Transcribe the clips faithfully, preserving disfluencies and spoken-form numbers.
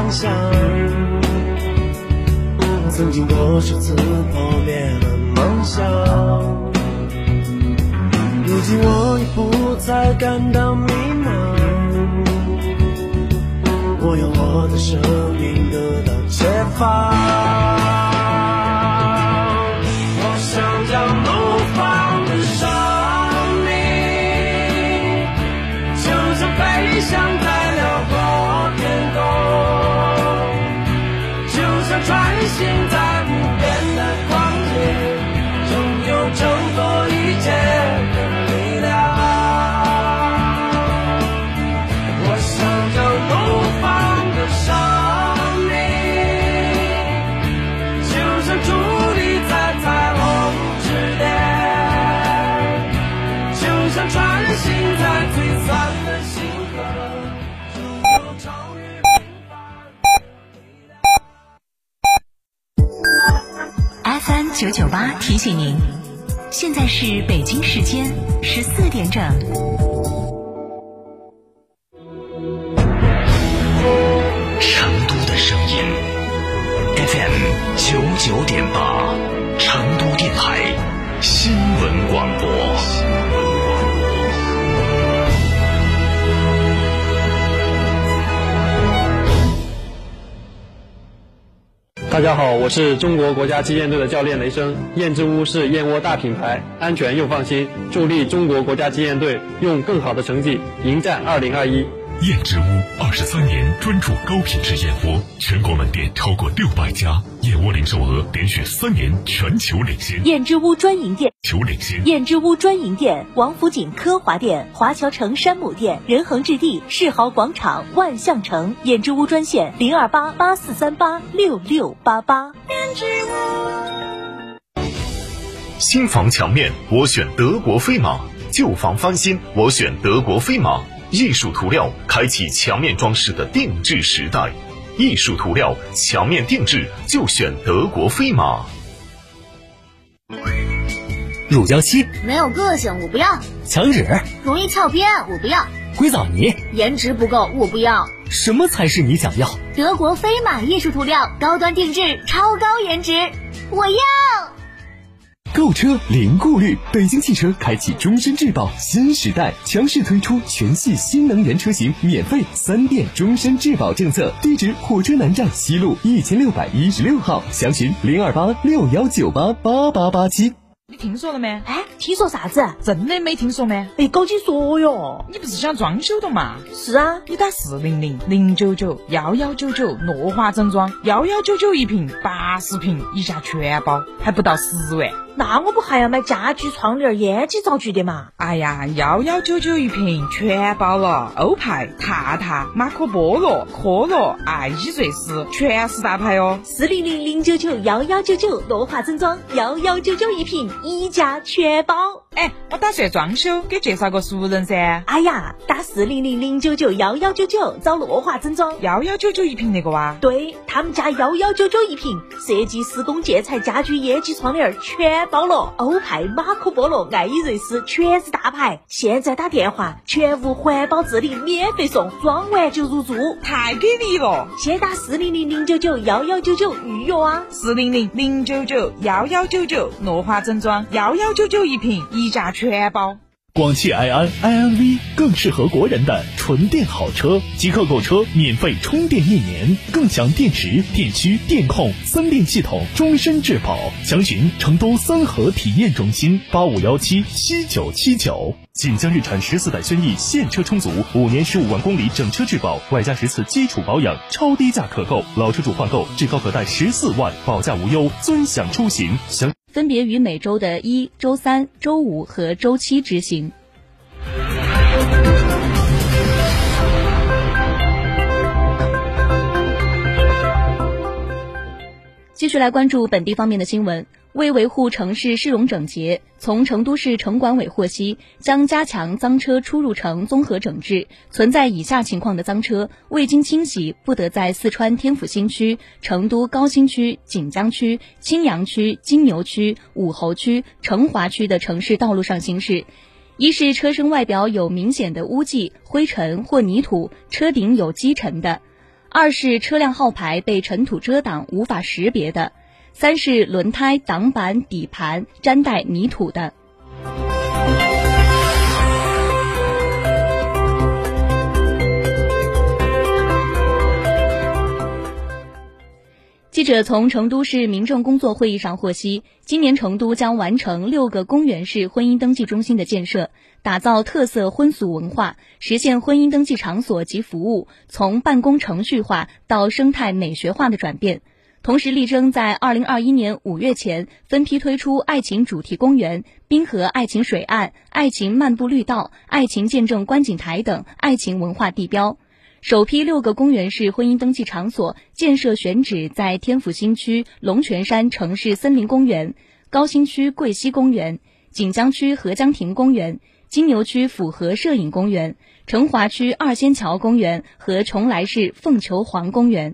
想，曾经多少次破灭了梦想，如今我已不再感到迷茫，我要我的生命得到解放。我想将怒放的生命，就像飞翔在辽阔天空，就像穿行在无边的旷野，拥有挣脱一切的力量。我想将怒放的生命，就像伫立在彩虹之巅，就像穿行在最酸的星河，终究超越平凡。 F M 九九八提醒您，现在是北京时间十四点整。 成都的声音 F M 九九点八，成都电台新闻广播。 大家好，我是中国国家击剑队的教练雷声。燕之屋是燕窝大品牌，安全又放心，助力中国国家击剑队用更好的成绩迎战二零二一。 燕之屋二十三年专注高品质燕窝，全国门店超过六百家，燕窝零售额连续三年全球领先。 燕之屋专营店， 求领先。 燕之屋专营店，王府井科华店、华侨城山姆店、仁恒置地、世豪广场、万象城。燕之屋专线零二八八四三八六六八八。燕之屋。 新房墙面我选德国飞马，旧房翻新我选德国飞马。艺术涂料开启墙面装饰的定制时代，艺术涂料墙面定制就选德国飞马。 乳胶漆没有个性我不要， 墙纸容易翘边我不要， 硅藻泥颜值不够我不要。 什么才是你想要？ 德国飞马艺术涂料，高端定制，超高颜值，我要。 购车零顾虑，北京汽车开启终身质保新时代，强势推出全系新能源车型免费三电终身质保政策。地址：火车南站西路一千六百一十六号，详询零二八六幺九八八八八七。 你听说了没？ 哎，听说啥子？ 真的没听说没？ 哎，赶紧说哟！ 你不是想装修的嘛？ 是啊， 你打四零零零九九幺幺九九诺华整装，幺幺九九一平，八十平以下全包，还不到十万。 那我不还要买家居、窗帘、烟机灶具的嘛？ 哎呀，幺幺九九一平全包了，欧派、塔塔、马可波罗、科罗、爱依瑞斯，全是大牌哦。 四零零零九九幺幺九九诺华整装，幺幺九九一平，一家全包。 哎，我打算装修，给介绍个熟人噻。 哎呀，打四零零零九九幺幺九九找诺华整装， 幺幺九九一平那个哇？ 对，他们家幺幺九九一平，设计、施工、建材、家居、烟机、窗帘全包了，欧派、马可波罗、爱依瑞斯全是大牌。现在打电话，全屋环保治理免费送，装完就入住， 太给力了！ 先打四零零零九九幺幺九九预约啊！ 四零零零九九幺幺九九诺华整装，幺幺九九一平，一价全包。 广汽埃安 I N V 更适合国人的纯电好车，即刻购车免费充电一年，更强电池、电驱、电控三电系统，终身质保。详询成都三河体验中心八五幺七七九七九。锦江日产十四代轩逸现车充足，五年十五万公里整车质保，外加十次基础保养，超低价可购。老车主换购至高可贷十四万，保价无忧，尊享出行。详分别于每周的一、周三、周五和周七执行。继续来关注本地方面的新闻。为维护城市市容整洁，从成都市城管委获悉，将加强脏车出入城综合整治。存在以下情况的脏车，未经清洗，不得在四川天府新区、成都高新区、锦江区、青羊区、金牛区、武侯区、成华区的城市道路上行驶。一是车身外表有明显的污迹、灰尘或泥土，车顶有积尘的。 二是车辆号牌被尘土遮挡无法识别的；三是轮胎、挡板、底盘沾带泥土的。记者从成都市民政工作会议上获悉，今年成都将完成六个公园式婚姻登记中心的建设，打造特色婚俗文化，实现婚姻登记场所及服务从办公程序化到生态美学化的转变。同时力争在二零二一年五月前分批推出爱情主题公园、滨河爱情水岸、爱情漫步绿道、爱情见证观景台等爱情文化地标。首批六个公园式婚姻登记场所建设选址在天府新区龙泉山城市森林公园、高新区桂溪公园、锦江区合江亭公园、金牛区府河摄影公园、成华区二仙桥公园和重来市凤求凰公园。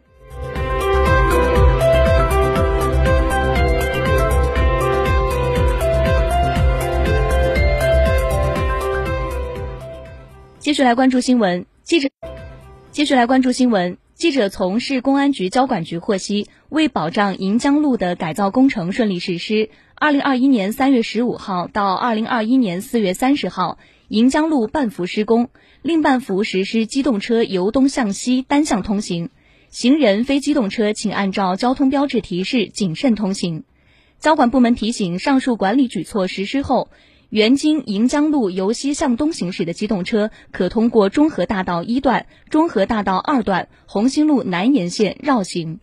继续来关注新闻，记者继续来关注新闻。记者从市公安局交管局获悉，为保障银江路的改造工程顺利实施，二零二一年三月十五号到二零二一年四月三十号，银江路半幅施工，另半幅实施机动车由东向西单向通行，行人非机动车请按照交通标志提示谨慎通行。交管部门提醒，上述管理举措实施后，原经银江路由西向东行驶的机动车可通过中河大道一段、中河大道二段、红星路南沿线绕行。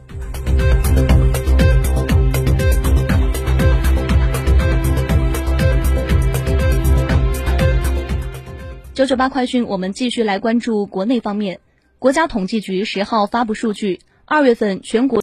九九八快讯，我们继续来关注国内方面。国家统计局十号发布数据，二月份全国